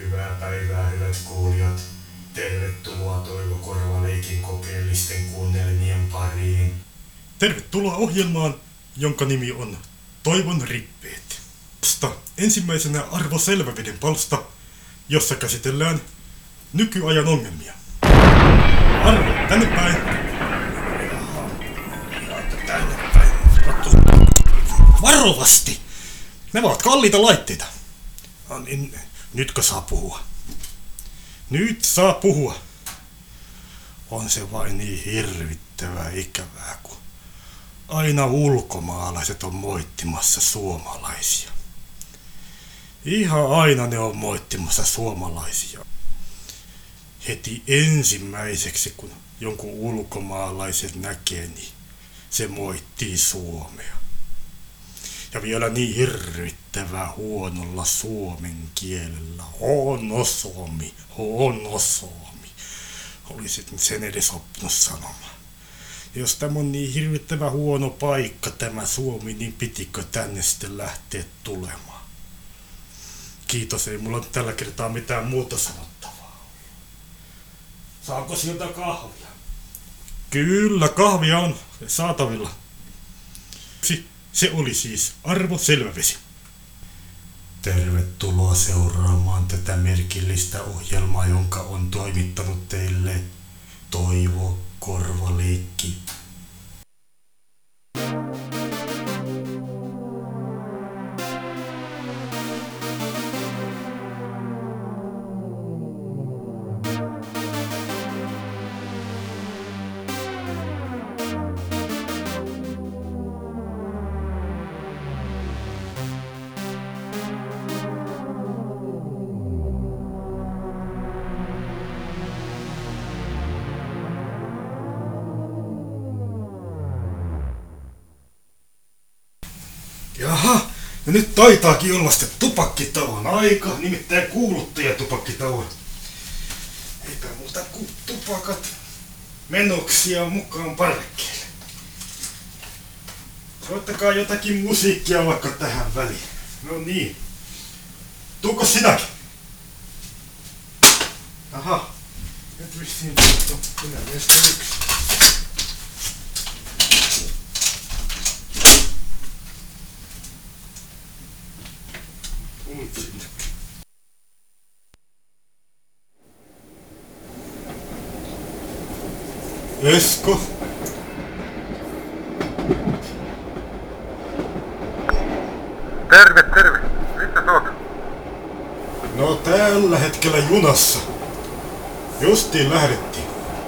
Hyvää päivää, hyvät kuulijat. Tervetuloa Toivo Korvaleikin kokeellisten kuunnelmien pariin. Tervetuloa ohjelmaan, jonka nimi on Toivon rippeet. Ensimmäisenä Arvo Selväveden palsta, jossa käsitellään nykyajan ongelmia. Arvo, tänne päin. Tänne päin. Varovasti! Nämä ovat kalliita laitteita. No niin, nytkö saa puhua? Nyt saa puhua. On se vain niin hirvittävää ikävää, kun aina ulkomaalaiset on moittimassa suomalaisia. Ihan aina ne on moittimassa suomalaisia. Heti ensimmäiseksi, kun jonkun ulkomaalaiset näkee, niin se moittii Suomea. Ja vielä niin hirvittävän huonolla suomen kielellä. Huono Suomi. Olisit sen edes oppinut sanomaan. Jos tämä on niin hirvittävän huono paikka, tämä Suomi, niin pitikö tänne sitten lähteä tulemaan? Kiitos, ei mulla tällä kertaa mitään muuta sanottavaa. Saanko sieltä kahvia? Kyllä, kahvia on saatavilla. Se oli siis Arvo Selvävesi. Tervetuloa seuraamaan tätä merkillistä ohjelmaa, jonka on toimittanut teille Toivo Korvaleikki. Jaha, no nyt taitaakin olla sitten tupakkitauon aika, nimittäin kuuluttajatupakkitauon. Eipä muuta kuin tupakat menoksia mukaan parvekkeelle. Soittakaa jotakin musiikkia vaikka tähän väliin. No niin. Tuuko sinäkin? Aha. Nyt vissiin tuuttu. Minä meistä yksi. Esko? Terve. Missä sä oot? No tällä hetkellä junassa. Justiin lähdettiin.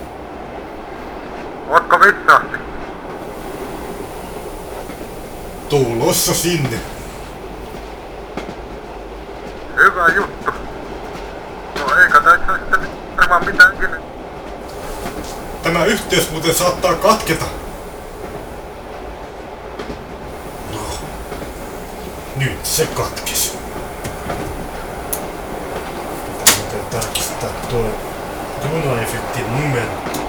Ootko missä asti? Tulossa sinne. Hyvä juttu. No eikä tässä sitten varmaan mitäänkin. Tämä yhteys muuten saattaa katketa. No, nyt se katkesi. Pitää muuten tarkistaa tuo junaefektin numero.